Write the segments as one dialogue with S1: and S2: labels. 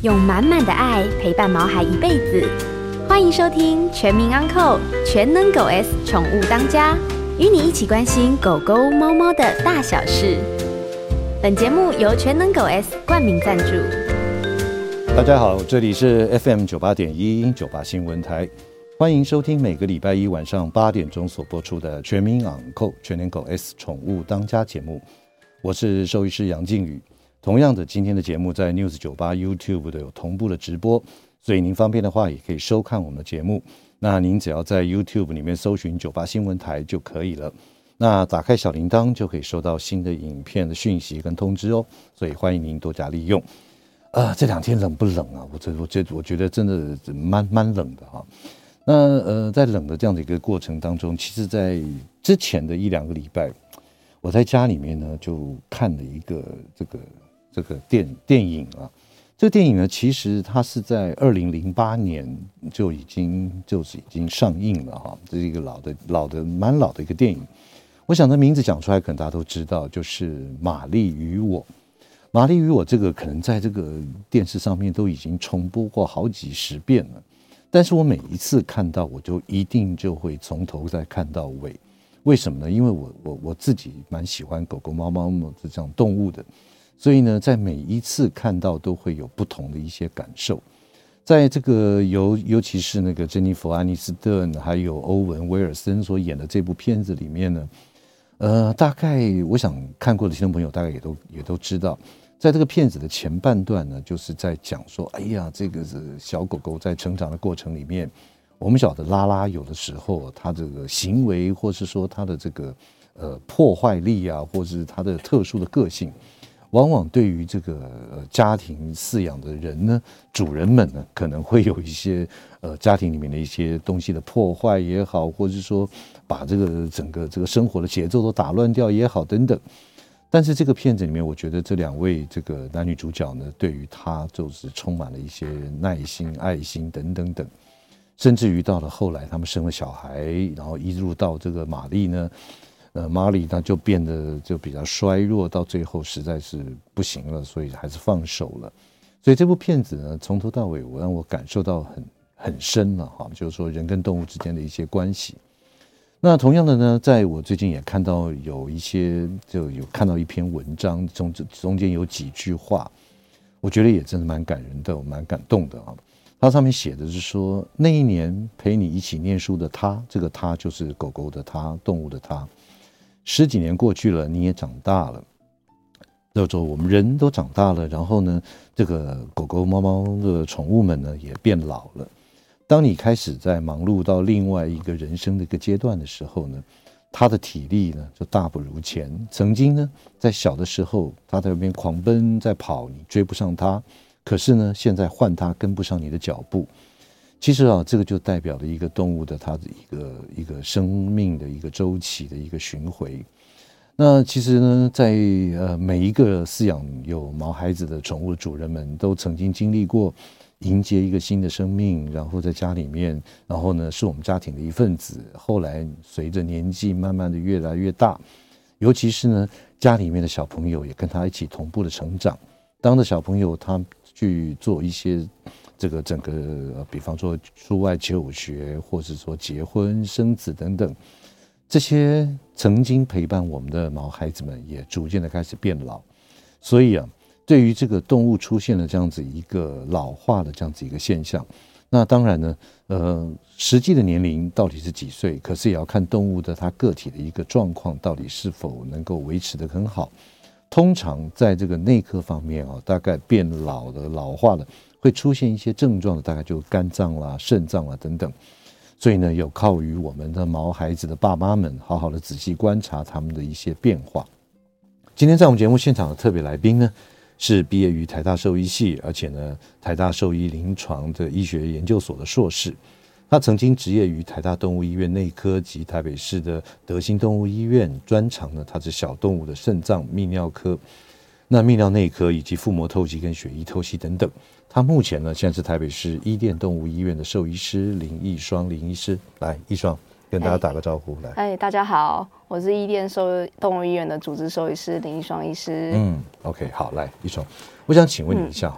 S1: 用满满的爱陪伴毛孩一辈子。欢迎收听全民安扣全能狗 S 宠物当家，与你一起关心狗狗猫猫的大小事。本节目由全能狗 S 冠名赞助。
S2: 大家好，这里是 FM 98.1 98新闻台，欢迎收听每个礼拜一晚上8点钟所播出的全民昂扣全能狗 S 宠物当家节目。我是兽医师杨靖宇。同样的，今天的节目在 News 98 YouTube 都有同步的直播，所以您方便的话也可以收看我们的节目。那您只要在 YouTube 里面搜寻98新闻台就可以了。那打开小铃铛就可以收到新的影片的讯息跟通知哦，所以欢迎您多加利用。这两天冷不冷啊？我觉得真的蛮冷的哈。那在冷的这样的一个过程当中，其实在之前的1-2个礼拜，我在家里面呢就看了一个这个电影啊。这个电影呢，其实它是在2008年就已经上映了哈。这是一个蛮老的一个电影。我想这名字讲出来，可能大家都知道，就是《玛丽与我》。《玛丽与我》这个可能在这个电视上面都已经重播过好几十遍了，但是我每一次看到，我就一定就会从头再看到尾。为什么呢？因为我自己蛮喜欢狗狗猫猫这种动物的。所以呢，在每一次看到都会有不同的一些感受。在这个尤其是那个珍妮佛·安妮斯顿还有欧文·威尔森所演的这部片子里面呢，大概我想看过的听众朋友大概也都知道，在这个片子的前半段呢，就是在讲说，哎呀，这个是小狗狗在成长的过程里面，我们晓得拉拉有的时候它这个行为，或是说它的这个破坏力啊，或是它的特殊的个性。往往对于这个家庭饲养的人呢，主人们呢，可能会有一些家庭里面的一些东西的破坏也好，或者是说把这个整个这个生活的节奏都打乱掉也好等等。但是这个片子里面，我觉得这两位这个男女主角呢，对于他就是充满了一些耐心、爱心等等等，甚至于到了后来他们生了小孩，然后一入到这个玛丽呢。玛丽她就变得就比较衰弱，到最后实在是不行了，所以还是放手了。所以这部片子呢，从头到尾让我感受到很深了哈，就是说人跟动物之间的一些关系。那同样的呢，在我最近也看到有看到一篇文章，中间有几句话，我觉得也真的蛮感人的，蛮感动的啊。它上面写的是说，那一年陪你一起念书的他，这个他就是狗狗的他，动物的他。10几年过去了，你也长大了，就是说我们人都长大了，然后呢，这个狗狗猫猫的宠物们呢也变老了。当你开始在忙碌到另外一个人生的一个阶段的时候呢，它的体力呢就大不如前。曾经呢，在小的时候，它在那边狂奔在跑，你追不上它，可是呢，现在换它跟不上你的脚步。其实啊，这个就代表了一个动物的它的一个生命的一个周期的一个巡回。那其实呢，在每一个饲养有毛孩子的宠物的主人们都曾经经历过迎接一个新的生命，然后在家里面，然后呢是我们家庭的一份子。后来随着年纪慢慢的越来越大，尤其是呢家里面的小朋友也跟他一起同步的成长。当着小朋友他去做一些这个整个比方说出外求学，或是说结婚生子等等，这些曾经陪伴我们的毛孩子们也逐渐的开始变老。所以啊，对于这个动物出现了这样子一个老化的这样子一个现象，那当然呢实际的年龄到底是几岁，可是也要看动物的它个体的一个状况到底是否能够维持得很好。通常在这个内科方面啊，大概变老的老化的会出现一些症状的，大概就肝脏啦、肾脏啦等等。所以呢，有靠于我们的毛孩子的爸妈们，好好的仔细观察他们的一些变化。今天在我们节目现场的特别来宾呢，是毕业于台大兽医系，而且呢，台大兽医临床的医学研究所的硕士。他曾经执业于台大动物医院内科及台北市的德兴动物医院，专长呢，他是小动物的肾脏、泌尿科。那泌尿内科以及腹膜透析跟血液透析等等。他目前呢，现在是台北市伊甸动物医院的兽医师林义双林医师。来，义双跟大家打个招呼。来，
S3: 大家好，我是伊甸动物医院的主治兽医师林义双医师。
S2: OK， 好，来，义双，我想请问你一下哈，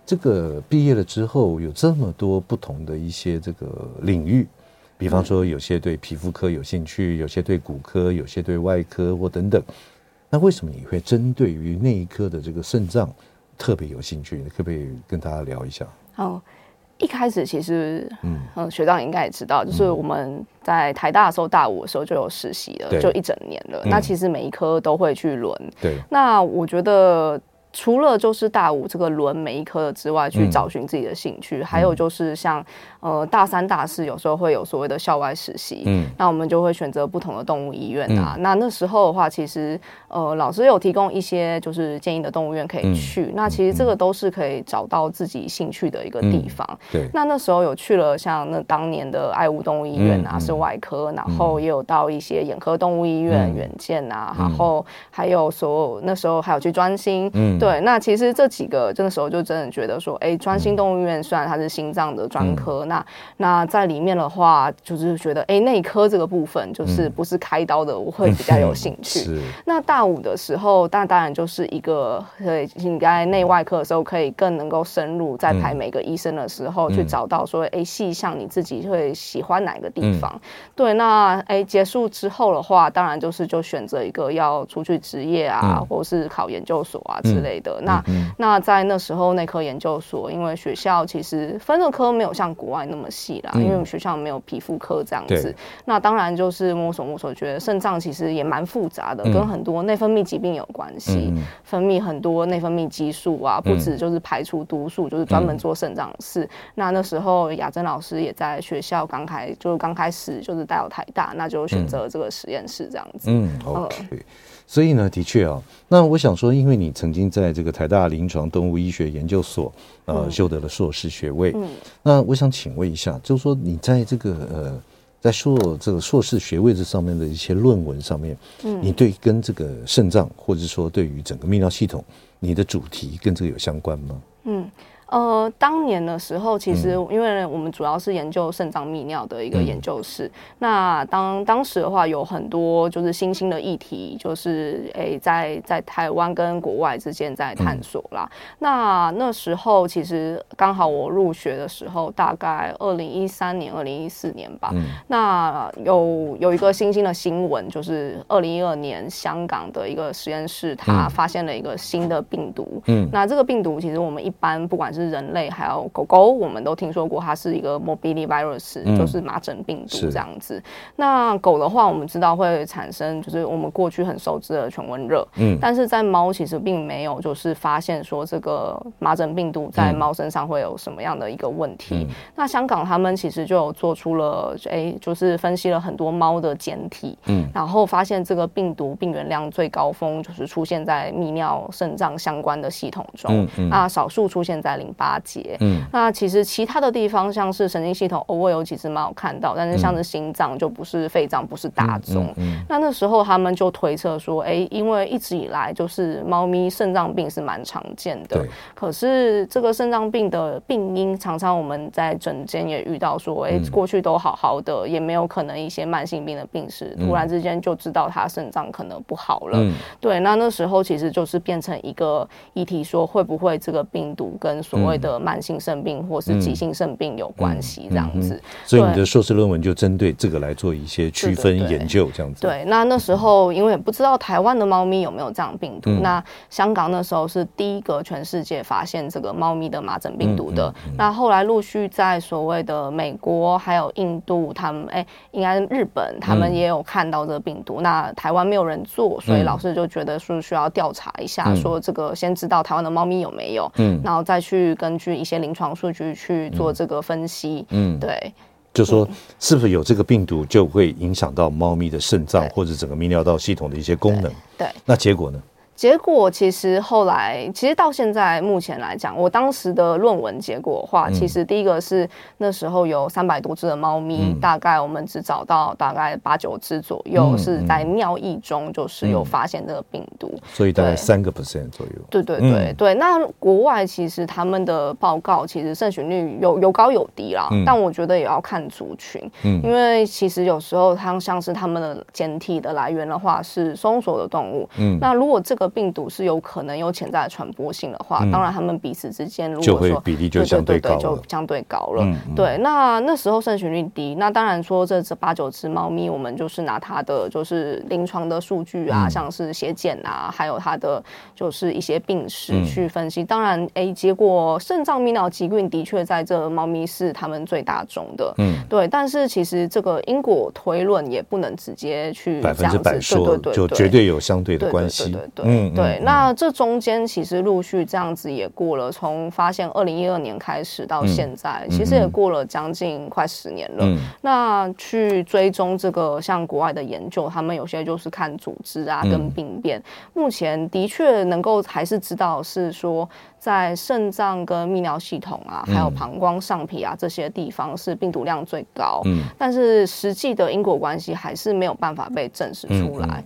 S2: 这个毕业了之后有这么多不同的一些这个领域，比方说有些对皮肤科有兴趣，有些对骨科，有些对外科或等等，那为什么你会针对于内科的这个肾脏特别有兴趣？你可不可以跟大家聊一下？
S3: 一开始其实，学长应该也知道，就是我们在台大的时候，大五的时候就有实习了，就1整年了。那其实每一科都会去轮。对。那我觉得，除了就是大五这个轮每一科之外，去找寻自己的兴趣，还有就是像大3、大4有时候会有所谓的校外实习，那我们就会选择不同的动物医院啊。那时候的话，其实老师有提供一些就是建议的动物园可以去，那其实这个都是可以找到自己兴趣的一个地方。对。那时候有去了像那当年的爱物动物医院啊，是外科，然后也有到一些眼科动物医院、远见啊，然后还有那时候还有去专心，对。那其实这几个这个时候就真的觉得说，专心动物医院虽然它是心脏的专科，那在里面的话，就是觉得内科这个部分就是不是开刀的，我会比较有兴趣。那大五的时候，当然就是一个应该内外科的时候，可以更能够深入在排每个医生的时候，去找到说，细项你自己会喜欢哪个地方。对，那结束之后的话，当然就选择一个要出去职业啊，或是考研究所啊之类的。那在那时候内科研究所，因为学校其实分的科没有像国外那么细啦，因为我们学校没有皮肤科这样子。那当然就是摸索，觉得肾脏其实也蛮复杂的，跟很多内分泌疾病有关系，分泌很多内分泌激素啊，不止就是排除毒素，就是专门做肾脏的事。那时候雅珍老师也在学校刚开始就是带到台大，那就选择这个实验室这样子。
S2: OK。所以呢，的确啊，那我想说，因为你曾经在这个台大临床动物医学研究所修得了硕士学位，那我想请问一下，就是说你在这个在这个硕士学位这上面的一些论文上面，你对跟这个肾脏或者说对于整个泌尿系统，你的主题跟这个有相关吗？
S3: 当年的时候，其实因为我们主要是研究肾脏泌尿的一个研究室，那当时的话有很多就是新兴的议题，就是在台湾跟国外之间在探索啦。那时候其实刚好我入学的时候，大概2013年、2014年吧。那有一个新兴的新闻，就是2012年香港的一个实验室，它发现了一个新的病毒。那这个病毒其实我们一般不管是人类还有狗狗，我们都听说过它是一个 morbillivirus，就是麻疹病毒这样子。那狗的话，我们知道会产生就是我们过去很熟知的犬瘟热，但是在猫其实并没有就是发现说这个麻疹病毒在猫身上会有什么样的一个问题。那香港他们其实就有做出了就是分析了很多猫的检体，然后发现这个病毒病原量最高峰就是出现在泌尿、肾脏相关的系统中，那少数出现在淋巴结。那其实其他的地方像是神经系统偶尔有几只猫有看到，但是像是心脏就不是，肺脏不是大宗。那时候他们就推测说，因为一直以来就是猫咪肾脏病是蛮常见的，可是这个肾脏病的病因常常我们在诊间也遇到说，过去都好好的，也没有可能一些慢性病的病史，突然之间就知道他肾脏可能不好了。对，那时候其实就是变成一个议题，说会不会这个病毒跟所谓的慢性肾病或是急性肾病有关系这样子。
S2: 所以你的硕士论文就针对这个来做一些区分研究这样子。
S3: 对，那时候因为也不知道台湾的猫咪有没有这样病毒，那香港那时候是第一个全世界发现这个猫咪的麻疹病毒的。那后来陆续在所谓的美国还有印度，他们应该日本他们也有看到这个病毒，那台湾没有人做，所以老师就觉得说需要调查一下，说这个先知道台湾的猫咪有没有，然后再去根据一些临床数据去做这个分析。对，
S2: 就说是不是有这个病毒就会影响到猫咪的肾脏或者整个泌尿道系统的一些功能。
S3: 对，
S2: 那结果呢？
S3: 结果其实后来，其实到现在目前来讲，我当时的论文结果的话，其实第一个是那时候有300多只的猫咪，大概我们只找到大概8、9只左右是在尿液中就是有发现这个病毒，
S2: 所以大概3%左右。
S3: 对对对对，那国外其实他们的报告其实盛行率有高有低啦，但我觉得也要看族群，因为其实有时候像是他们的检体的来源的话是松鼠的动物，那如果这个病毒是有可能有潜在的传播性的话，当然他们彼此之间如果说
S2: 就会比例就相对高了，
S3: 就相对高了。对，那时候盛行率低，那当然说这8-9只猫咪，我们就是拿它的就是临床的数据啊，像是血检啊，还有它的就是一些病史去分析。当然，结果肾脏泌尿疾病的确在这猫咪是他们最大宗的。对，但是其实这个因果推论也不能直接去这样子
S2: 100%说，对，就绝对有相对的关系。
S3: 对，那这中间其实陆续这样子也过了，从发现2012年开始到现在，其实也过了将近快10年了。那去追踪这个像国外的研究，他们有些就是看组织啊跟病变，目前的确能够还是知道是说在肾脏跟泌尿系统啊，还有膀胱上皮啊这些地方是病毒量最高，但是实际的因果关系还是没有办法被证实出来。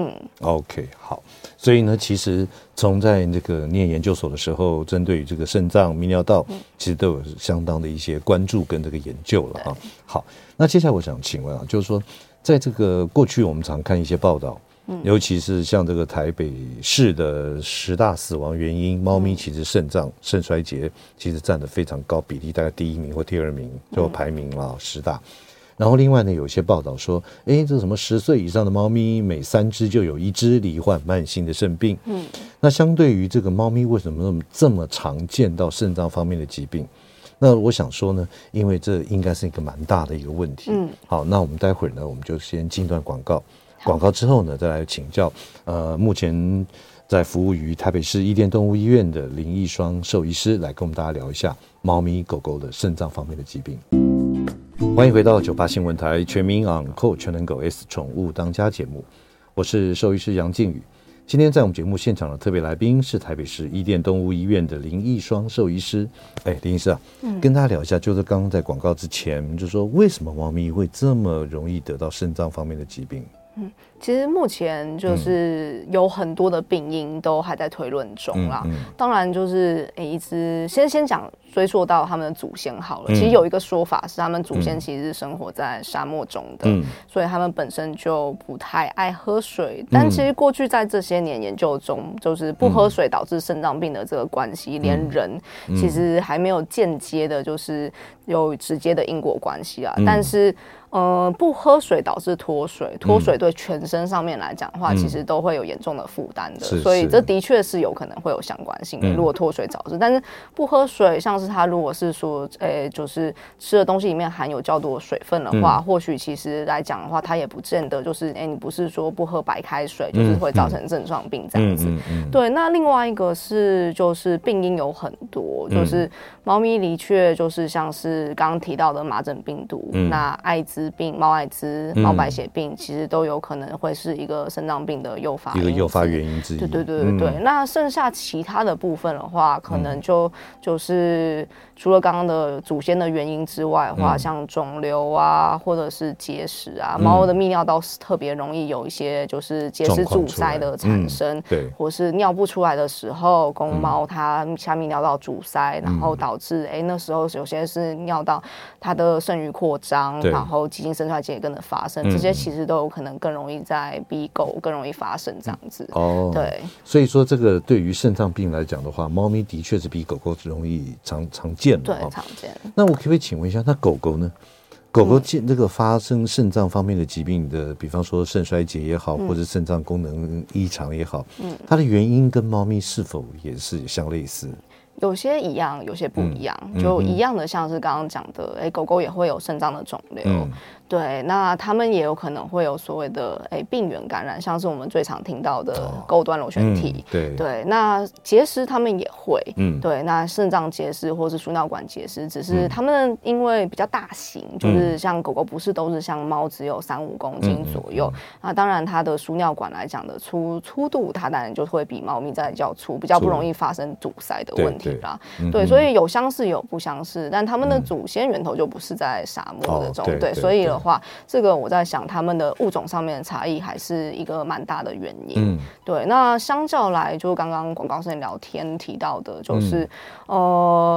S2: OK， 好，所以呢，其实从在这个念研究所的时候，针对于这个肾脏、泌尿道，其实都有相当的一些关注跟这个研究了啊。好，那接下来我想请问啊，就是说，在这个过去我们常看一些报道，尤其是像这个台北市的10大死亡原因，猫咪其实肾衰竭其实占得非常高比例，大概第1名或第2名就排名了10大。然后另外呢，有些报道说，这什么10岁以上的猫咪每3只就有1只罹患慢性的肾病。那相对于这个猫咪为什么这么常见到肾脏方面的疾病？那我想说呢，因为这应该是一个蛮大的一个问题。好，那我们待会儿呢，我们就先进段广告。广告之后呢，再来请教目前在服务于台北市伊甸动物医院的林义双兽医师，来跟我们大家聊一下猫咪狗狗的肾脏方面的疾病。欢迎回到98新闻台全民昂扣全能狗 S 宠物当家节目，我是兽医师杨靖宇。今天在我们节目现场的特别来宾是台北市伊甸动物医院的林义双兽医师。林医师啊，跟大家聊一下，就是刚刚在广告之前就说，为什么猫咪会这么容易得到肾脏方面的疾病？
S3: 其实目前就是有很多的病因都还在推论中啦。当然就是一直先讲追溯到他们的祖先好了。其实有一个说法是，他们祖先其实是生活在沙漠中的，所以他们本身就不太爱喝水。但其实过去在这些年研究中，就是不喝水导致肾脏病的这个关系，连人其实还没有间接的，就是有直接的因果关系啊。但是不喝水导致脱水，脱水对全身上面来讲的话，其实都会有严重的负担的，所以这的确是有可能会有相关性的。如果脱水导致，但是不喝水，像是他如果是说，就是吃的东西里面含有较多的水分的话，或许其实来讲的话，它也不见得就是，你不是说不喝白开水，就是会造成症状病这样子。对，那另外一个是，就是病因有很多，就是猫咪的确就是像是刚刚提到的麻疹病毒，那艾滋病、猫艾滋、猫白血病，其实都有可能会是一个肾脏病的诱发
S2: 一个诱发原因之一。
S3: 对。那剩下其他的部分的话，可能就是除了刚刚的祖先的原因之外的话，像肿瘤啊，或者是结石啊，猫的泌尿道是特别容易有一些就是结石阻塞的产生，对，或是尿不出来的时候，公猫它下泌尿道阻塞，然后导致那时候有些是尿道它的肾盂扩张，然后急性肾衰竭也跟着发生，这些其实都有可能更容易在比狗更容易发生这样子。对，
S2: 所以说这个对于肾脏病来讲的话，猫咪的确是比狗狗容易常见的。
S3: 对，常见。
S2: 那我可不可以请问一下，那狗狗呢？狗狗这个发生肾脏方面的疾病的，比方说肾衰竭也好，或者肾脏功能异常也好，它的原因跟猫咪是否也是相类似？
S3: 有些一样，有些不一样。就一样的，像是刚刚讲的，狗狗也会有肾脏的肿瘤。对，那他们也有可能会有所谓的病原感染，像是我们最常听到的钩端螺旋体。对，那结石他们也会。对，那肾脏结石或是输尿管结石，只是他们因为比较大型，就是像狗狗不是都是像猫只有3-5公斤左右。那当然它的输尿管来讲的粗度，它当然就会比猫咪再较粗，比较不容易发生堵塞的问题啦。对，所以有相似有不相似，但他们的祖先源头就不是在沙漠的中。对，所以的话，这个我在想，他们的物种上面的差异还是一个蛮大的原因。对，那相较来，就刚刚广告上聊天提到的，就是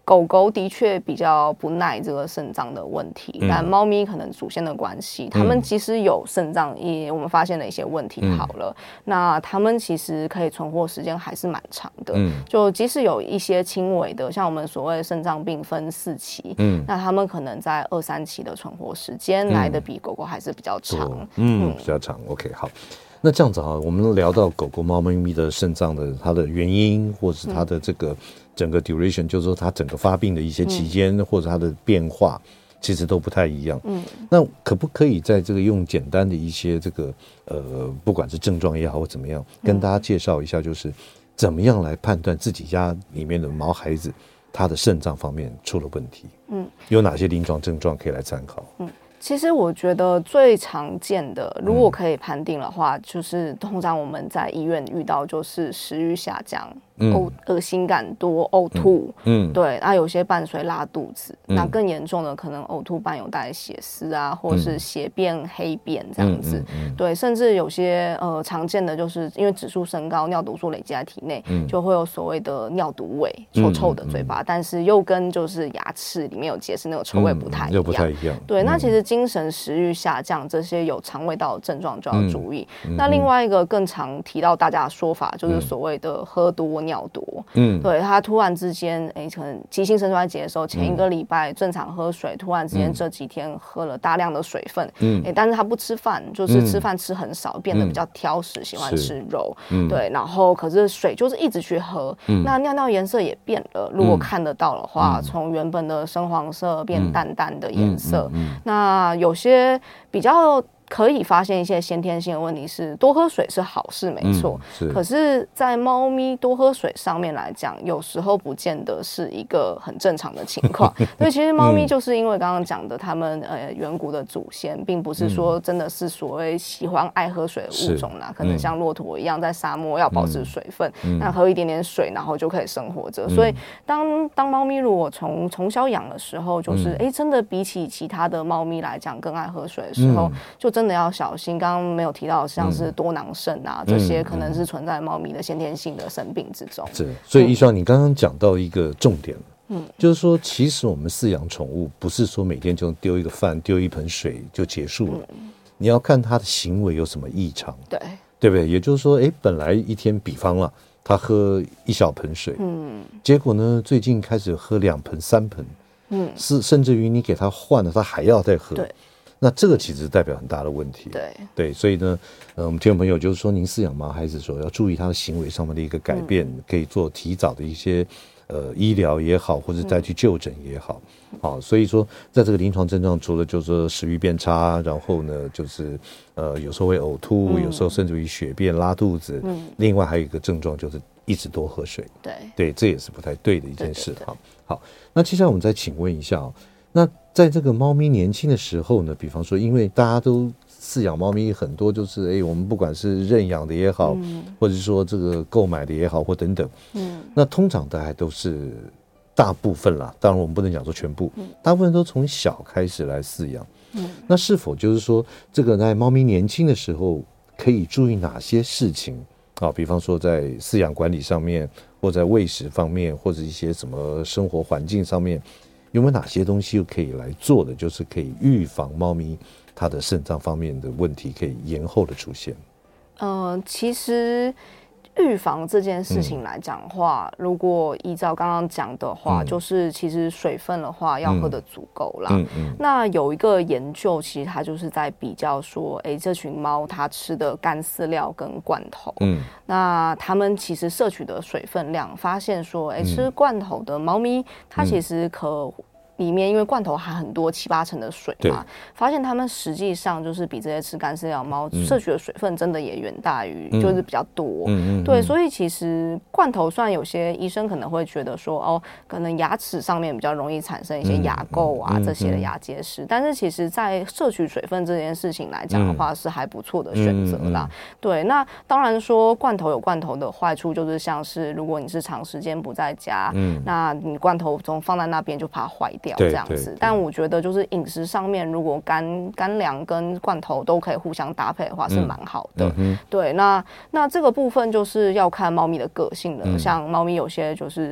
S3: 狗狗的确比较不耐这个肾脏的问题，但猫咪可能祖先的关系，它们即使有肾脏我们发现了一些问题好了，那它们其实可以存活时间还是蛮长的，就即使有一些轻微的，像我们所谓肾脏病分4期，那它们可能在2、3期的存活时间来的比狗狗还是比较长，
S2: 比较长。OK， 好。那这样子我们聊到狗狗、猫咪的肾脏的它的原因，或是它的这个整个 duration，就是说它整个发病的一些期间，或者它的变化，其实都不太一样。那可不可以在这个用简单的一些这个不管是症状也好或怎么样，跟大家介绍一下，就是怎么样来判断自己家里面的毛孩子他的肾脏方面出了问题？有哪些临床症状可以来参考？
S3: 其实我觉得最常见的，如果可以判定的话，就是通常我们在医院遇到就是食欲下降、恶心感多、呕吐，对，那有些伴随拉肚子，那更严重的可能呕吐伴有带血丝啊，或是血便、黑便这样子，对，甚至有些常见的就是因为指数升高，尿毒素累积在体内，就会有所谓的尿毒味，臭臭的嘴巴，但是又跟就是牙齿里面有结石那种臭味不太一样，对，那其实精神食欲下降这些有肠胃道的症状就要注意。那另外一个更常提到大家的说法就是所谓的喝多尿多，对，他突然之间可能急性肾衰竭的时候，前1个礼拜正常喝水，突然之间这几天喝了大量的水分，但是他不吃饭，就是吃饭吃很少，变得比较挑食，喜欢吃肉，对，然后可是水就是一直去喝，那尿尿颜色也变了，如果看得到的话，从原本的深黄色变淡淡的颜色，那有些比较可以发现一些先天性的问题是多喝水是好事没错，可是在猫咪多喝水上面来讲，有时候不见得是一个很正常的情况所以其实猫咪就是因为刚刚讲的他们远古的祖先并不是说真的是所谓喜欢爱喝水的物种啦，可能像骆驼一样在沙漠要保持水分，那喝一点点水然后就可以生活着，所以当猫咪如果从小养的时候就是真的比起其他的猫咪来讲更爱喝水的时候，就真的要小心，刚刚没有提到像是多囊肾啊，这些可能是存在猫咪的先天性的生病之中。
S2: 是，所以一双你刚刚讲到一个重点，就是说其实我们饲养宠物不是说每天就丢一个饭丢一盆水就结束了，你要看它的行为有什么异常，对不对？也就是说本来一天比方了他喝1小盆水，结果呢最近开始喝2盆3盆，甚至于你给他换了他还要再喝，对，那这个其实代表很大的问题，对，所以呢，我们听众朋友就是说，您饲养毛孩子的时候要注意他的行为上面的一个改变，可以做提早的一些医疗也好，或者再去就诊也好，好，所以说在这个临床症状，除了就是说食欲变差，然后呢就是有时候会呕吐，有时候甚至于血便拉肚子，另外还有一个症状就是一直多喝水，对，这也是不太对的一件事。好，那接下来我们再请问一下那在这个猫咪年轻的时候呢，比方说因为大家都饲养猫咪很多就是我们不管是认养的也好，或者是说这个购买的也好或等等，那通常大概都是大部分啦，当然我们不能讲说全部，大部分都从小开始来饲养，那是否就是说这个在猫咪年轻的时候可以注意哪些事情比方说在饲养管理上面，或在喂食方面，或者一些什么生活环境上面，有没有哪些东西可以来做的，就是可以预防猫咪它的肾脏方面的问题可以延后的出现？
S3: 其实预防这件事情来讲的话，如果依照刚刚讲的话，就是其实水分的话要喝得足够啦。那有一个研究，其实它就是在比较说，这群猫它吃的干饲料跟罐头，那它们其实摄取的水分量，发现说，吃罐头的猫咪，它其实里面因为罐头含很多7、8成的水嘛，发现它们实际上就是比这些吃干饲料猫摄取的水分真的也远大于就是比较多，对，所以其实罐头虽然有些医生可能会觉得说可能牙齿上面比较容易产生一些牙垢啊这些的牙结石，但是其实在摄取水分这件事情来讲的话是还不错的选择啦，对，那当然说罐头有罐头的坏处，就是像是如果你是长时间不在家，那你罐头总放在那边就怕坏掉这样子，但我觉得就是饮食上面如果干粮跟罐头都可以互相搭配的话是蛮好的，对，那这个部分就是要看猫咪的个性了，像猫咪有些就是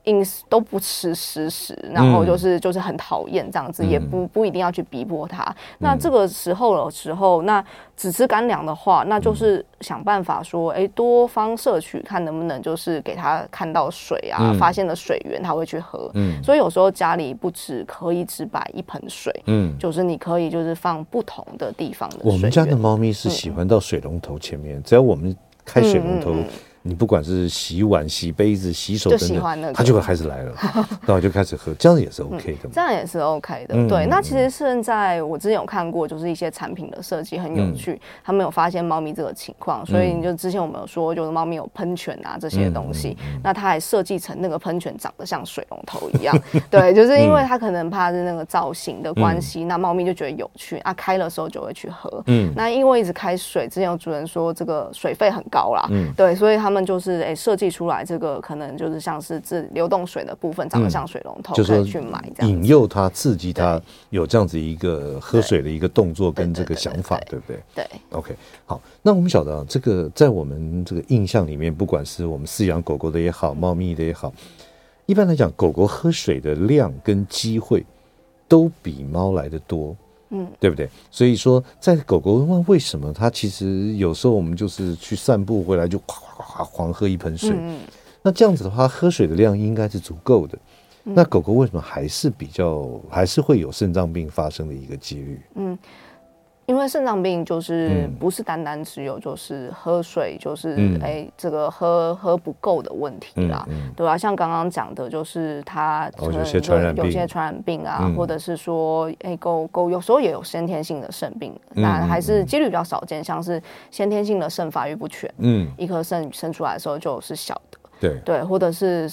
S3: 饮食都不吃湿食，然后就是很讨厌这样子，也不一定要去逼迫他。那这个时候，那只吃干粮的话，那就是想办法说，多方摄取，看能不能就是给他看到水啊，发现了水源，他会去喝。所以有时候家里不只可以只摆一盆水，就是你可以就是放不同的地方的水源。
S2: 我们家的猫咪是喜欢到水龙头前面，只要我们开水龙头。你不管是洗碗、洗杯子、洗手等等，他就会开始来了，然后就开始喝，这样也是 OK 的。
S3: 这样也是 OK 的，对。那其实现在我之前有看过，就是一些产品的设计很有趣，他们有发现猫咪这个情况，所以就之前我们有说，就是猫咪有喷泉啊这些东西，那它还设计成那个喷泉长得像水龙头一样，对，就是因为它可能怕是那个造型的关系，那猫咪就觉得有趣啊，开的时候就会去喝。那因为一直开水，之前有主人说这个水费很高啦，对，所以他们就是设计出来这个可能就是像是流动水的部分长得像水龙头，可以去买这样，
S2: 引诱它、刺激它有这样子一个喝水的一个动作跟这个想法，对不对？
S3: 对
S2: ，OK， 好，那我们晓得这个在我们这个印象里面，不管是我们饲养狗狗的也好，猫咪的也好，一般来讲，狗狗喝水的量跟机会都比猫来的多。对不对？所以说，在狗狗为什么它其实有时候我们就是去散步回来就哗哗哗狂喝一盆水，那这样子的话，喝水的量应该是足够的。那狗狗为什么还是会有肾脏病发生的一个几率？
S3: 因为肾脏病就是不是单单只有就是喝水就是这个喝不够的问题啦，对吧？像刚刚讲的，就是它可能有些传染病啊，或者是说狗有时候也有先天性的肾病，那还是几率比较少见，像是先天性的肾发育不全，一颗肾生出来的时候就是小的。对，或者是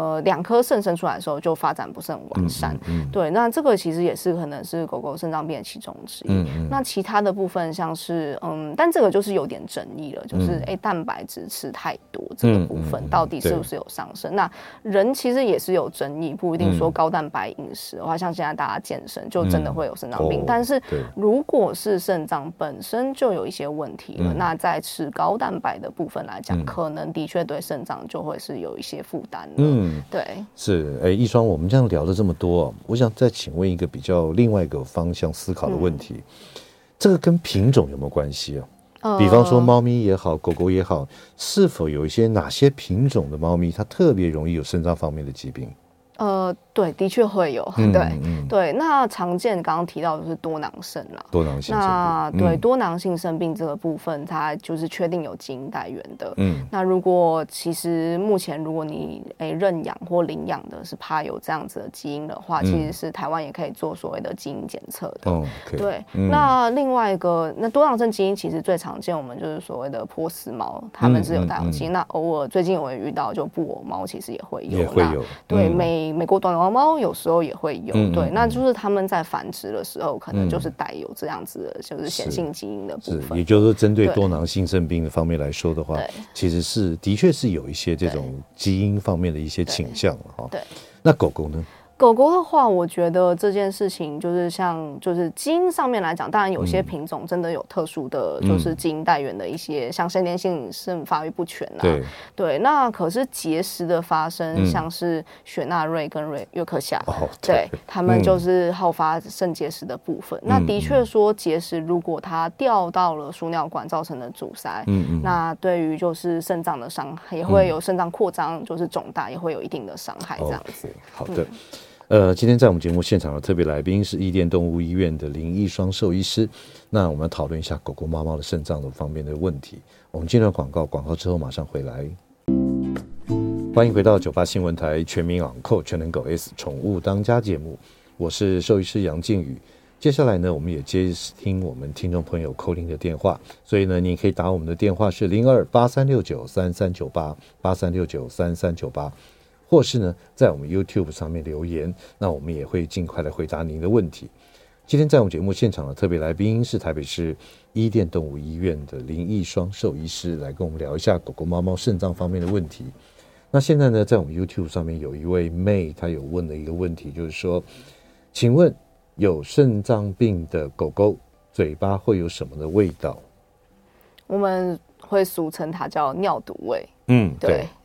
S3: 2颗肾生出来的时候就发展不是很完善，对，那这个其实也是可能是狗狗肾脏病的其中之一。那其他的部分像是但这个就是有点争议了，就是蛋白质吃太多这个部分到底是不是有上升？那人其实也是有争议，不一定说高蛋白饮食的话，像现在大家健身就真的会有肾脏病，但是如果是肾脏本身就有一些问题了，那在吃高蛋白的部分来讲，可能的确对肾脏就会是有一些负担的。对，
S2: 是。一双，我们这样聊了这么多，我想再请问一个比较另外一个方向思考的问题，这个跟品种有没有关系啊？比方说猫咪也好，狗狗也好，是否有一些哪些品种的猫咪它特别容易有肾脏方面的疾病？
S3: 对，的确会有，对。那常见刚刚提到的是多囊肾啦，
S2: 多囊性肾病。
S3: 那对多囊性肾病这个部分，它就是确定有基因带源的。那如果其实目前如果你认养或领养的是怕有这样子的基因的话，其实是台湾也可以做所谓的基因检测的。对。那另外一个，那多囊肾基因其实最常见，我们就是所谓的波斯猫，它们是有带有基因。那偶尔最近我也遇到，就布偶猫其实也会有，对，美国短毛猫有时候也会有，对，那就是他们在繁殖的时候，可能就是带有这样子的，就是显性基因的部分。
S2: 也就是说，针对多囊性肾病的方面来说的话，其实的确是有一些这种基因方面的一些倾向哈。对，那狗狗呢？
S3: 狗狗的话，我觉得这件事情就是基因上面来讲，当然有些品种真的有特殊的，就是基因带源的一些，像先天性肾发育不全啊，对。那可是结石的发生，像是雪纳瑞跟约克夏，对，他们就是好发肾结石的部分。那的确说，结石如果它掉到了输尿管造成的阻塞，那对于就是肾脏的伤害，也会有肾脏扩张，就是肿大，也会有一定的伤害这样子。
S2: 好的。今天在我们节目现场的特别来宾是伊甸动物医院的林义双兽医师。那我们讨论一下狗狗、猫猫的肾脏的方面的问题。我们进入广告之后马上回来。欢迎回到98新闻台全民昂扣全能狗 S 宠物当家节目，我是兽医师杨靖宇。接下来呢，我们也接听我们听众朋友call in的电话，所以呢，你可以打我们的电话是0283693398，83693398。或是呢，在我们 YouTube 上面留言，那我们也会尽快的回答您的问题。今天在我们节目现场的特别来宾是台北市伊甸动物医院的林义双兽医师，来跟我们聊一下狗狗、猫猫肾脏方面的问题。那现在呢，在我们 YouTube 上面有一位妹，她有问了一个问题，就是说，请问有肾脏病的狗狗嘴巴会有什么的味道？
S3: 我们会俗称它叫尿毒味。对，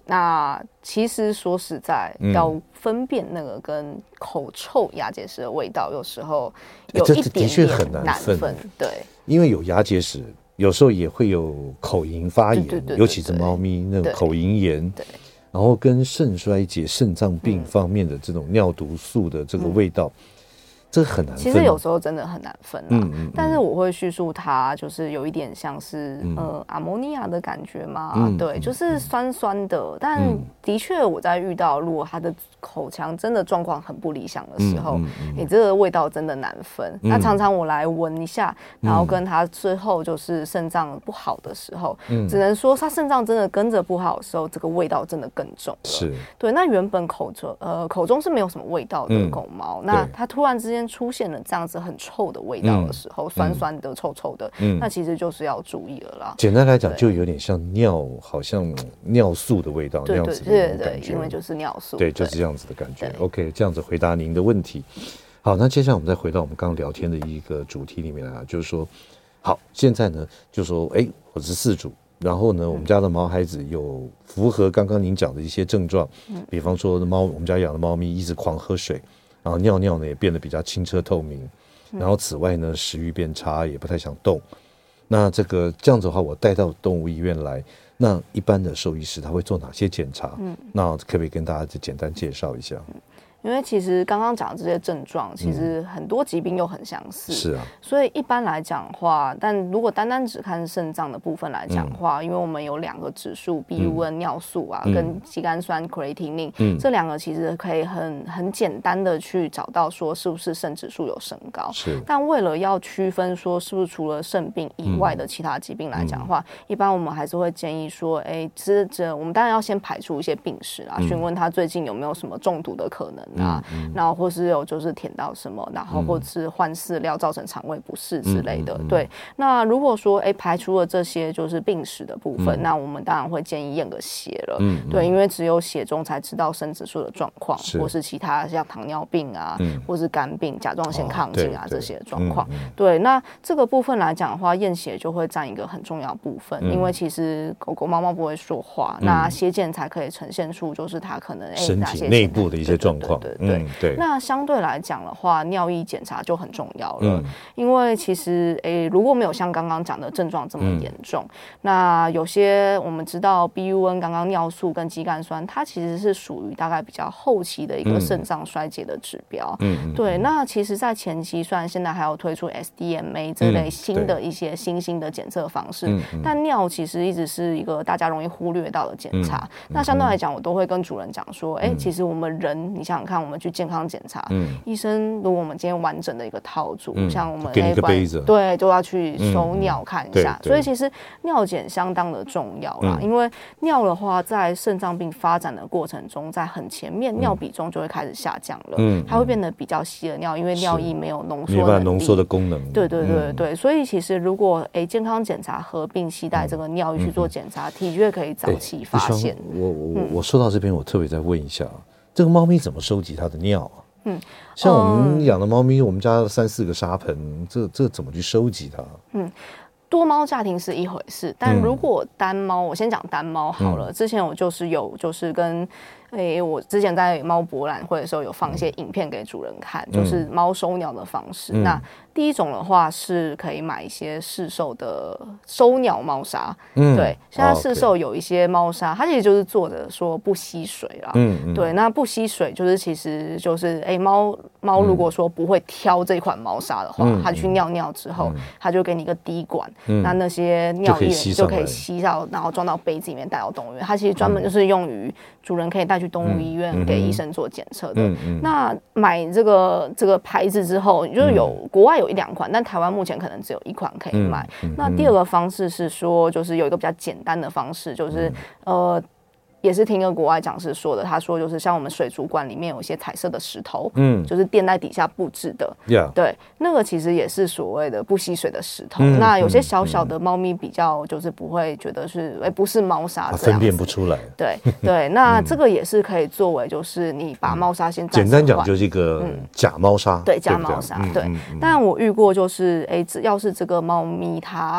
S3: 那其实说实在，要分辨那个跟口臭牙结石的味道，有时候有一点点难分。对，
S2: 因为有牙结石，有时候也会有口龈发炎，尤其是猫咪那种口龈炎。对，然后跟肾衰竭、肾脏病方面的这种尿毒素的这个味道。这个很难分，
S3: 其实有时候真的很难分啦。但是我会叙述它，就是有一点像是阿摩尼亚的感觉嘛，对，就是酸酸的。但的确我在遇到如果它的口腔真的状况很不理想的时候，这个味道真的难分。那常常我来闻一下，然后跟它最后就是肾脏不好的时候，只能说它肾脏真的跟着不好的时候，这个味道真的更重了。
S2: 是，
S3: 对。那原本口中是没有什么味道的狗猫，那它突然之间出现了这样子很臭的味道的时候，酸酸的、臭臭的，那其实就是要注意了啦。
S2: 简单来讲，就有点像尿，好像尿素的味道那样子的感觉。
S3: 因为就是尿素，
S2: 对，就是这样子的感觉。OK， 这样子回答您的问题。好，那接下来我们再回到我们刚刚聊天的一个主题里面来，就是说，好，现在呢，就说，我是饲主。然后呢，我们家的毛孩子有符合刚刚您讲的一些症状，比方说我们家养的猫咪一直狂喝水，然后尿尿呢也变得比较清澈透明，然后此外呢食欲变差，也不太想动。那这样子的话，我带到动物医院来，那一般的兽医师他会做哪些检查？那可不可以跟大家简单介绍一下？
S3: 因为其实刚刚讲的这些症状，其实很多疾病又很相似，
S2: 是啊。
S3: 所以一般来讲的话，但如果单单只看肾脏的部分来讲的话，因为我们有2个指数 ，BUN 尿素啊，跟肌酐酸 creatinine，这2个其实可以很简单的去找到说是不是肾指数有升高。
S2: 是。
S3: 但为了要区分说是不是除了肾病以外的其他疾病来讲的话，一般我们还是会建议说，我们当然要先排除一些病史啊，询问他最近有没有什么中毒的可能。然后或是有就是舔到什么，然后或是换饲料造成肠胃不适之类的。对，那如果说排除了这些就是病史的部分，那我们当然会建议验个血了。对，因为只有血中才知道肾指数的状况，或是其他像糖尿病啊，或是肝病、甲状腺亢进啊这些状况。对，那这个部分来讲的话，验血就会占一个很重要的部分，因为其实狗狗、猫猫不会说话，那血检才可以呈现出就是它可能
S2: 身体内部的一些状况。
S3: 对，那相对来讲的话，尿液检查就很重要了，因为其实如果没有像刚刚讲的症状这么严重，那有些我们知道 BUN 刚刚尿素跟肌酐酸，它其实是属于大概比较后期的一个肾脏衰竭的指标。对，那其实在前期虽然现在还有推出 SDMA 这类新的一些新兴的检测方式，但尿其实一直是一个大家容易忽略到的检查。那相对来讲，我都会跟主人讲说，其实我们人，你想想看，我们去健康检查，医生如果我们今天完整的一个套组，像我们
S2: 给你一个杯子，
S3: 对，都要去收尿看一下。所以其实尿检相当的重要啦，因为尿的话，在肾脏病发展的过程中，在很前面尿比重就会开始下降了，它会变得比较稀的尿，因为尿液没有浓缩，
S2: 没办法浓缩的功能。
S3: 对，所以其实如果健康检查合并携带这个尿液去做检查，的确可以早期发现。
S2: 我说到这边，我特别再问一下，这个猫咪怎么收集它的尿啊？像我们养的猫咪，我们家3、4个沙盆，这怎么去收集它？
S3: 多猫家庭是一回事，但如果单猫，我先讲单猫好了。之前我就是跟我之前在猫博览会的时候有放一些影片给主人看，就是猫收鸟的方式。那第一种的话是可以买一些市售的收鸟猫砂，对，现在市售有一些猫砂，它其实就是做的说不吸水啦，对，那不吸水就是其实就是猫如果说不会挑这款猫砂的话，它去尿尿之后，它就给你一个滴管，那些尿液就可以吸到，然后装到杯子里面带到动物园。它其实专门就是用于主人可以带去动物医院给医生做检测的。那买这个牌子之后，就是国外有1-2款，但台湾目前可能只有1款可以买。那第二个方式是说，就是有一个比较简单的方式，就是也是听一个国外讲师说的，他说就是像我们水族馆里面有一些彩色的石头，就是垫在底下布置的，对，那个其实也是所谓的不吸水的石头。那有些小小的猫咪比较就是不会觉得是不是猫砂这样子，
S2: 分辨不出来。
S3: 对，那这个也是可以作为就是你把猫砂先
S2: 简单讲就是一个假猫砂，
S3: 对，假猫砂，对。但我遇过就是要是这个猫咪它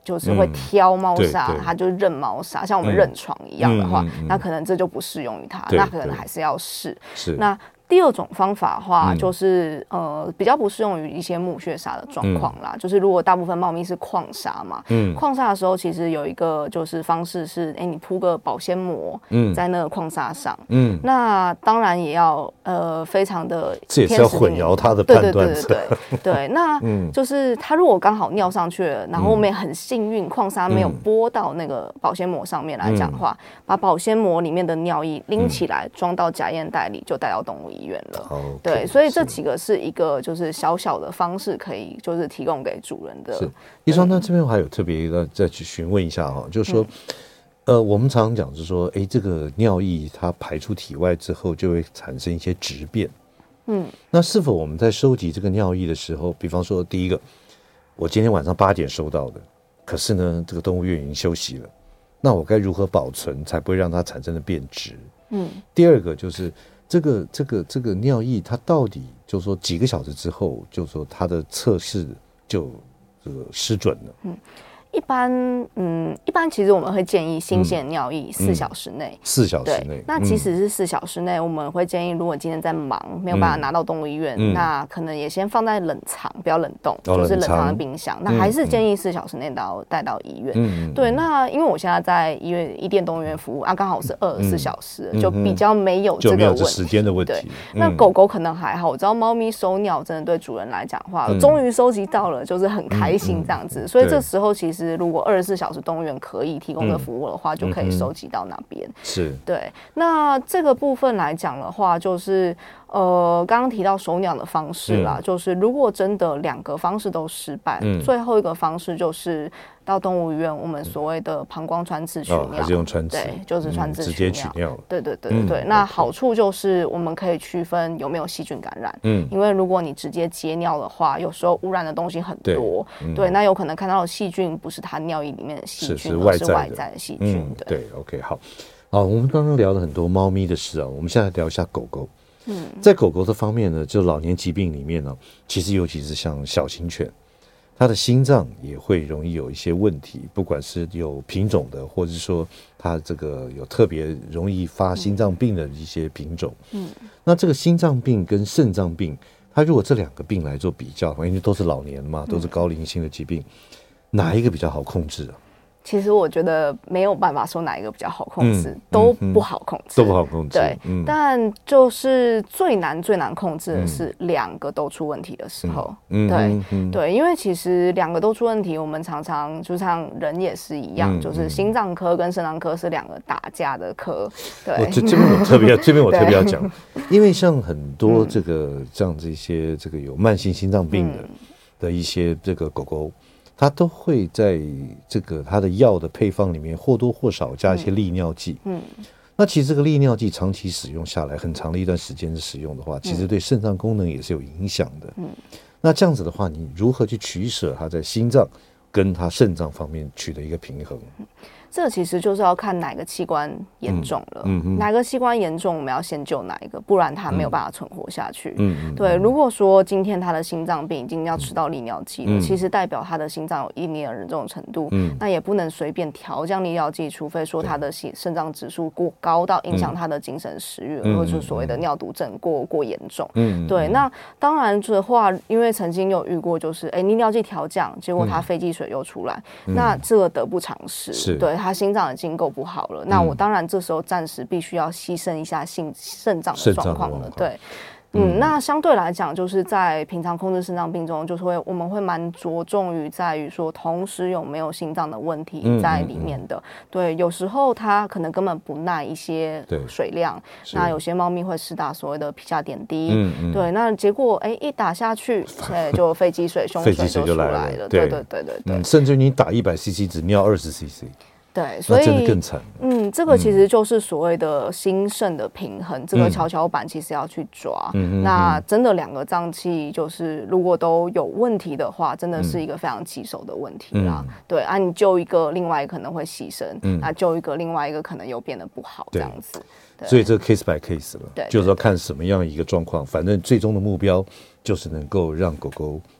S3: 就是会挑猫砂，它就认猫砂，像我们认床一样的话，那可能这就不适用于它，那可能还是要试。那第二种方法的话，就是比较不适用于一些木屑砂的状况啦。就是如果大部分猫咪是矿砂嘛，矿砂的时候，其实有一个就是方式是，你铺个保鲜膜在那个矿砂上，那当然也要非常的，
S2: 这也是要混淆它的判断。
S3: 对，那就是它如果刚好尿上去了，然后我们也很幸运，矿砂没有拨到那个保鲜膜上面来讲的话，把保鲜膜里面的尿液拎起来装到假验袋里，就带到动物医院了。对，所以这几个是一个就是小小的方式，可以就是提供给主人的。
S2: 是，医生，那这边我还有特别再去询问一下哈，就是说，我们常常讲就是说，这个尿液它排出体外之后，就会产生一些质变。那是否我们在收集这个尿液的时候，比方说第一个，我今天晚上8点收到的，可是呢，这个动物园已经休息了，那我该如何保存才不会让它产生的变质？第二个就是这个尿液，它到底就是说几个小时之后，就是说它的测试就这个失准了。
S3: 一般其实我们会建议新鲜尿液4小时内
S2: ，4小时内。
S3: 那即使是4小时内，我们会建议，如果今天在忙，没有办法拿到动物医院，那可能也先放在冷藏，不要冷冻，就是冷藏的冰箱。那还是建议4小时内带到医院。对，那因为我现在在伊甸动物园服务啊，刚好是24小时，就比较没有这个问题，
S2: 时间的问题。
S3: 那狗狗可能还好，我知道猫咪收尿真的对主人来讲的话，终于收集到了，就是很开心这样子。所以这时候其实如果24小时动物园可以提供的服务的话，就可以收集到那边。
S2: 是，
S3: 对。那这个部分来讲的话，就是刚刚提到收尿的方式啦，就是如果真的2个方式都失败，最后一个方式就是到动物医院，我们所谓的膀胱穿刺取尿，
S2: 还是用穿刺？
S3: 对，就是穿刺
S2: 直接取尿。
S3: 对。那好处就是我们可以区分有没有细菌感染，因为如果你直接接尿的话，有时候污染的东西很多，对，那有可能看到的细菌不是它尿液里面的细菌，而是外在的细菌。
S2: 对 ，OK， 好，我们刚刚聊了很多猫咪的事啊，我们现在聊一下狗狗。在狗狗的方面呢，就老年疾病里面呢，其实尤其是像小型犬，它的心脏也会容易有一些问题，不管是有品种的，或者是说它这个有特别容易发心脏病的一些品种。那这个心脏病跟肾脏病，它如果这2个病来做比较，因为都是老年嘛，都是高龄性的疾病，哪一个比较好控制啊？
S3: 其实我觉得没有办法说哪一个比较好控制，都不好控制，
S2: 都不好控制。
S3: 对，但就是最难控制的是2个都出问题的时候。对，因为其实2个都出问题，我们常常就像人也是一样，就是心脏科跟肾脏科是2个打架的科。对，
S2: 这边我特别要讲，因为像很多像这些有慢性心脏病的一些这个狗狗。它都会在它的药的配方里面或多或少加一些利尿剂。那其实这个利尿剂长期使用下来，很长的一段时间的使用的话，其实对肾脏功能也是有影响的。那这样子的话，你如何去取舍它在心脏跟它肾脏方面取得一个平衡？
S3: 这其实就是要看哪个器官严重了，哪个器官严重，我们要先救哪一个，不然它没有办法存活下去。对，如果说今天他的心脏病已经要吃到利尿剂了，其实代表他的心脏有一定的严重程度，那也不能随便调降利尿剂，除非说他的肾脏指数过高到影响他的精神食欲，或者是所谓的尿毒症过严重。对，那当然的话，因为曾经有遇过，就是利尿剂调降，结果他肺积水又出来，那这个得不偿失。对。他心脏已经够不好了，那我当然这时候暂时必须要牺牲一下肾脏的状况了。对，那相对来讲，就是在平常控制肾脏病中，就是我们会蛮着重于在于说，同时有没有心脏的问题在里面的。对，有时候它可能根本不耐一些水量，那有些猫咪会施打所谓的皮下点滴。对，那结果一打下去，就肺积水、胸水就出来了。对，
S2: 甚至你打100cc 只尿20cc。
S3: 对，所以
S2: 真的更惨。
S3: 这个其实就是所谓的心肾的平衡，这个跷跷板其实要去抓。那真的2个脏器就是如果都有问题的话，真的是一个非常棘手的问题啦。对啊，你救一个，另外一个可能会牺牲；那救一个，另外一个可能又变得不好，这样子。
S2: 所以这个 case by case 了，就是要看什么样一个状况，反正最终的目标就是能够让狗狗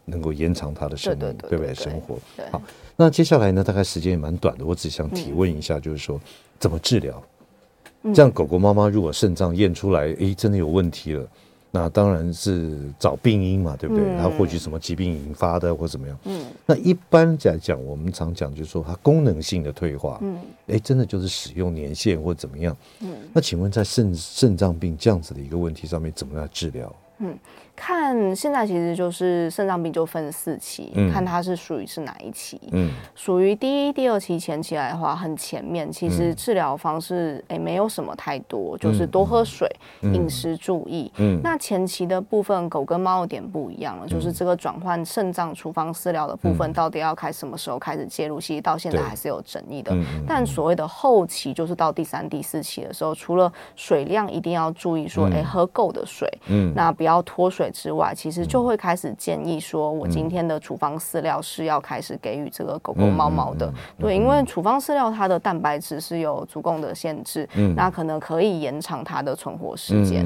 S2: 能够延长他的生命，对不对？生活。
S3: 好，
S2: 那接下来呢，大概时间也蛮短的，我只想提问一下，就是说怎么治疗？这样狗狗妈妈如果肾脏验出来，真的有问题了，那当然是找病因嘛，对不对？它或许什么疾病引发的或怎么样。那一般来讲，我们常讲就是说它功能性的退化，真的就是使用年限或怎么样。那请问在肾脏病这样子的一个问题上面，怎么来治疗？
S3: 看现在其实就是肾脏病就分4期，看它是属于是哪一期。属于第1、第2期前期来的话，很前面，其实治疗方式没有什么太多，就是多喝水，饮食注意。那前期的部分，狗跟猫有点不一样了，就是这个转换肾脏处方饲料的部分，到底要什么时候开始介入，其实到现在还是有争议的。但所谓的后期，就是到第3、第4期的时候，除了水量一定要注意说，喝够的水，那不要脱水之外，其实就会开始建议说，我今天的处方饲料是要开始给予这个狗狗猫猫的。对，因为处方饲料它的蛋白质是有足够的限制，那可能可以延长它的存活时间。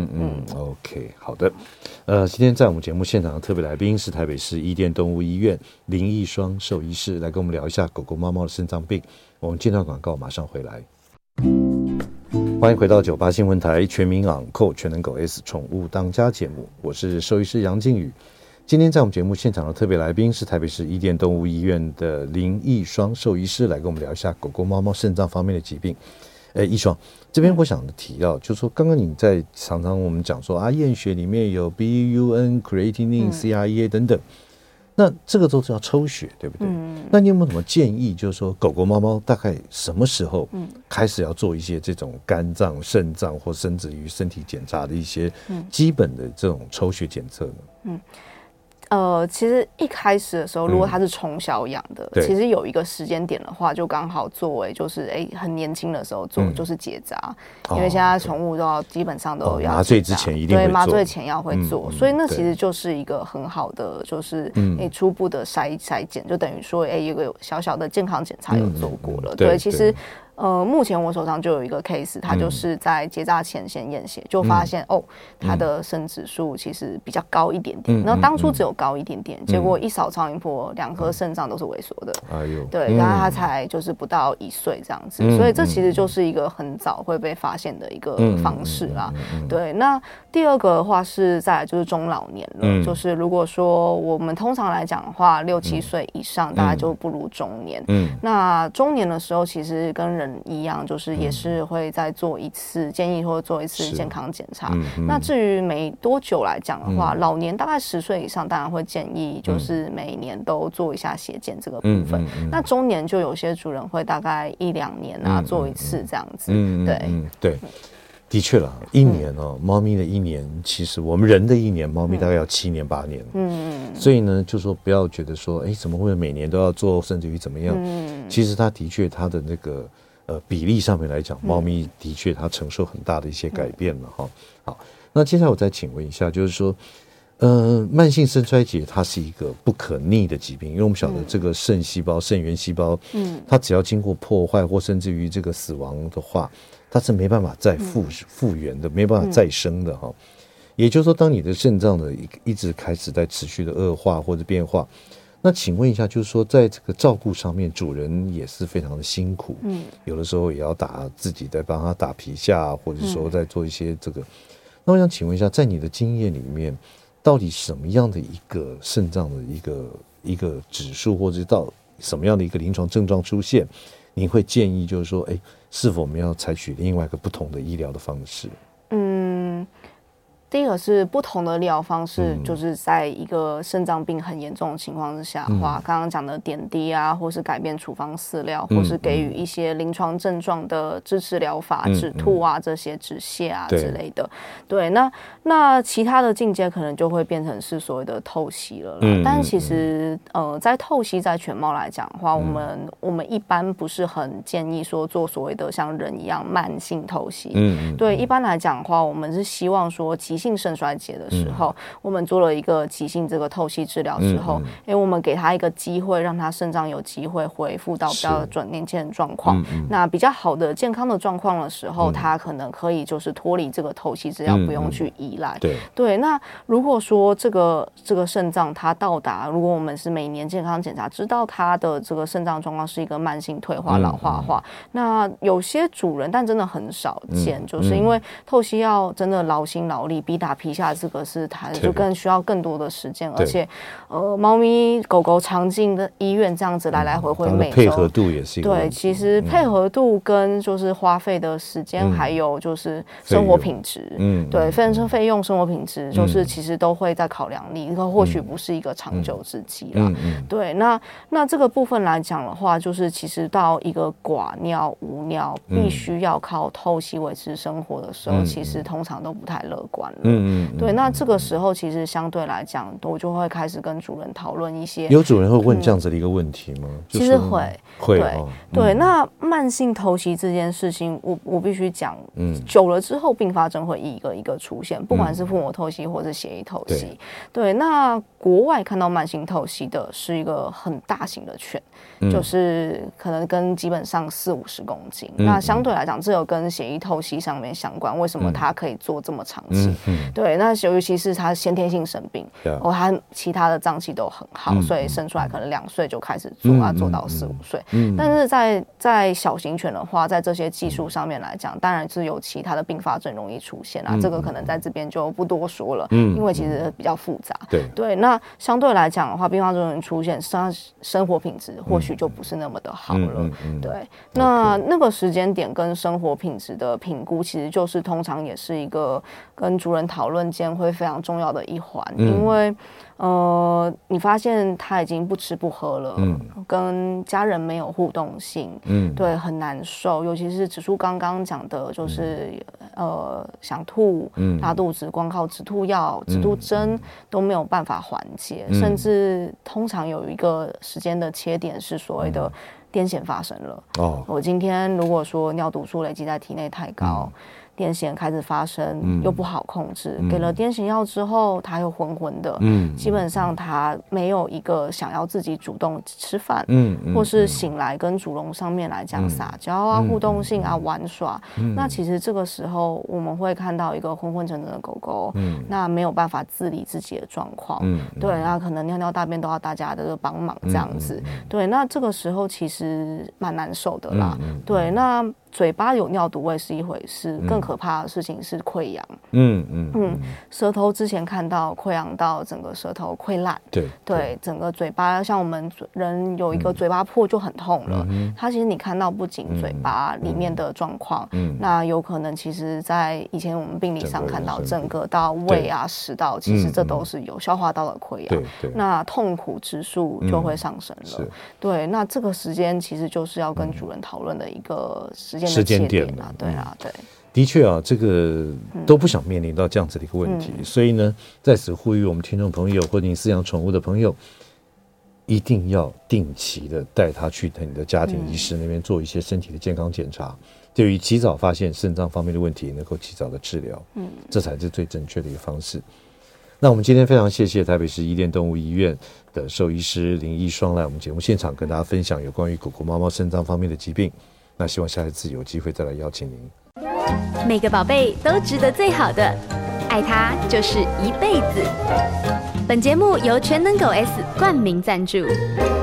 S2: OK， 好的。今天在我们节目现场的特别来宾是台北市伊甸动物医院林义双兽医师，来跟我们聊一下狗狗猫猫的肾脏病。我们间断广告，马上回来。欢迎回到98新闻台全民昂扣全能狗 S 宠物当家节目，我是兽医师杨靖宇。今天在我们节目现场的特别来宾是台北市伊甸动物医院的林义双兽医师，来跟我们聊一下狗狗猫猫肾脏方面的疾病。义双，这边我想提到，就是说刚刚你在常常我们讲说验血里面有 BUN、creatinine、CREA 等等，那这个都是要抽血，对不对？那你有没有什么建议，就是说狗狗猫猫大概什么时候开始要做一些这种肝脏、肾脏或甚至于身体检查的一些基本的这种抽血检测呢？
S3: 其实一开始的时候，如果它是从小养的，其实有一个时间点的话，就刚好作为就是很年轻的时候做，就是结扎，因为现在宠物都要基本上都要
S2: 麻醉之前一定会做，
S3: 对，麻醉前要会做，所以那其实就是一个很好的就是初步的筛检，就等于说有个小小的健康检查有做过了，对，其实。目前我手上就有一个 case， 他就是在结扎前先验血，就发现他的肾指数其实比较高一点点。然后当初只有高一点点，结果一扫超音波，2颗肾脏都是萎缩的。对，然后他才就是不到1岁这样子，所以这其实就是一个很早会被发现的一个方式啦。对，那第二个的话是再来就是中老年了，就是如果说我们通常来讲的话，6、7岁以上大概就步入中年。那中年的时候其实跟人一样，就是也是会再做一次建议或者做一次健康检查。那至于没多久来讲的话，老年大概10岁以上，当然会建议就是每年都做一下血检这个部分。那中年就有些主人会大概1、2年做一次这样子。
S2: 对。的确啦，1年猫咪的1年，其实我们人的1年，猫咪大概要7年8年。所以呢，就说不要觉得說，怎么会每年都要做，甚至于怎么样？其实它的确，它的那个比例上面来讲，猫咪的确它承受很大的一些改变了哈。好，那接下来我再请问一下，就是说，慢性肾衰竭它是一个不可逆的疾病，因为我们晓得这个肾细胞、肾源细胞，它只要经过破坏或甚至于这个死亡的话，它是没办法再复原的，没办法再生的哈。也就是说，当你的肾脏的一直开始在持续的恶化或者变化，那请问一下，就是说，在这个照顾上面，主人也是非常的辛苦，有的时候也要自己在帮他打皮下，或者说在做一些这个。那我想请问一下，在你的经验里面，到底什么样的一个肾脏的一个指数，或者到什么样的一个临床症状出现，您会建议就是说，是否我们要采取另外一个不同的医疗的方式？
S3: 第一个是不同的疗方式，就是在一个肾脏病很严重的情况之下的话，刚刚讲的点滴啊，或是改变处方饲料，或是给予一些临床症状的支持疗法，止吐啊这些止泻啊之类的。对，那其他的进阶可能就会变成是所谓的透析了啦。但是其实在透析在犬猫来讲的话，我们一般不是很建议说做所谓的像人一样慢性透析。对，一般来讲的话，我们是希望说急性肾衰竭的时候，我们做了一个急性这个透析治疗之后，我们给他一个机会，让他肾脏有机会恢复到比较年轻的状况，那比较好的健康的状况的时候，他可能可以就是脱离这个透析治疗，不用去依赖。对，那如果说这个肾脏它到达，如果我们是每年健康检查，知道他的这个肾脏状况是一个慢性退化老化化，那有些主人，但真的很少见，就是因为透析要真的劳心劳力，逼打皮下，这个是它就更需要更多的时间，而且猫咪狗狗常进的医院这样子来来回回，每周
S2: 配合度也是一个问题。
S3: 对，其实配合度跟就是花费的时间，还有就是生活品质，对，费用、生活品质，就是其实都会在考量里，或许不是一个长久之计啦。对，那这个部分来讲的话，就是其实到一个寡尿、无尿，必须要靠透析维持生活的时候，其实通常都不太乐观了。对，那这个时候其实相对来讲，我就会开始跟主人讨论一些。
S2: 有主人会问这样子的一个问题吗？
S3: 其实会。
S2: 对，
S3: 那慢性透析这件事情，我必须讲，久了之后并发症会一个一个出现，不管是腹膜透析或是血液透析。对，那国外看到慢性透析的是一个很大型的犬，就是可能跟基本上40-50公斤。那相对来讲，这有跟血液透析上面相关，为什么它可以做这么长期？对，那尤其是它先天性生病，它其他的脏器都很好，所以生出来可能2岁就开始做，做到4-5岁。但是在小型犬的话，在这些技术上面来讲，当然是有其他的并发症容易出现啊，这个可能在这边就不多说了，因为其实比较复杂。对，那相对来讲的话，并发症容易出现，生活品质或许就不是那么的好了。对，那个时间点跟生活品质的评估，其实就是通常也是一个跟主人讨论间会非常重要的一环，因为你发现他已经不吃不喝了，跟家人没有互动性，对，很难受。尤其是指数刚刚讲的，就是想吐、拉肚子，光靠止吐药、止吐针都没有办法缓解，甚至通常有一个时间的切点是所谓的癫痫发生了。我今天如果说尿毒素累积在体内太高，癫痫开始发生，又不好控制，给了癫痫药之后，他又昏昏的，基本上他没有一个想要自己主动吃饭，或是醒来跟主人上面来讲撒娇啊、互动性啊、玩耍，那其实这个时候我们会看到一个昏昏沉沉的狗狗，那没有办法自理自己的状况，对，那可能尿尿大便都要大家的帮忙这样子，对，那这个时候其实蛮难受的啦，对，那嘴巴有尿毒味是一回事，更可怕的事情是溃疡。舌头之前看到溃疡到整个舌头溃烂，对，整个嘴巴像我们人有一个嘴巴破就很痛了。它其实你看到不仅嘴巴里面的状况，那有可能其实在以前我们病理上看到整个到胃啊、食道，其实这都是有消化道的溃疡。那痛苦指数就会上升了。对，那这个时间其实就是要跟主人讨论的一个时间点啊，对啊，对，
S2: 的确啊，这个都不想面临到这样子的一个问题，所以呢，在此呼吁我们听众朋友或者你饲养宠物的朋友，一定要定期的带它去你的家庭医师那边做一些身体的健康检查，对于及早发现肾脏方面的问题，能够及早的治疗，这才是最正确的一个方式。那我们今天非常谢谢台北市伊甸动物医院的兽医师林一双来我们节目现场跟大家分享有关于狗狗、猫猫肾脏方面的疾病。那希望下一次有机会再来邀请您。
S1: 每个宝贝都值得最好的，爱它就是一辈子。本节目由全能狗 S 冠名赞助。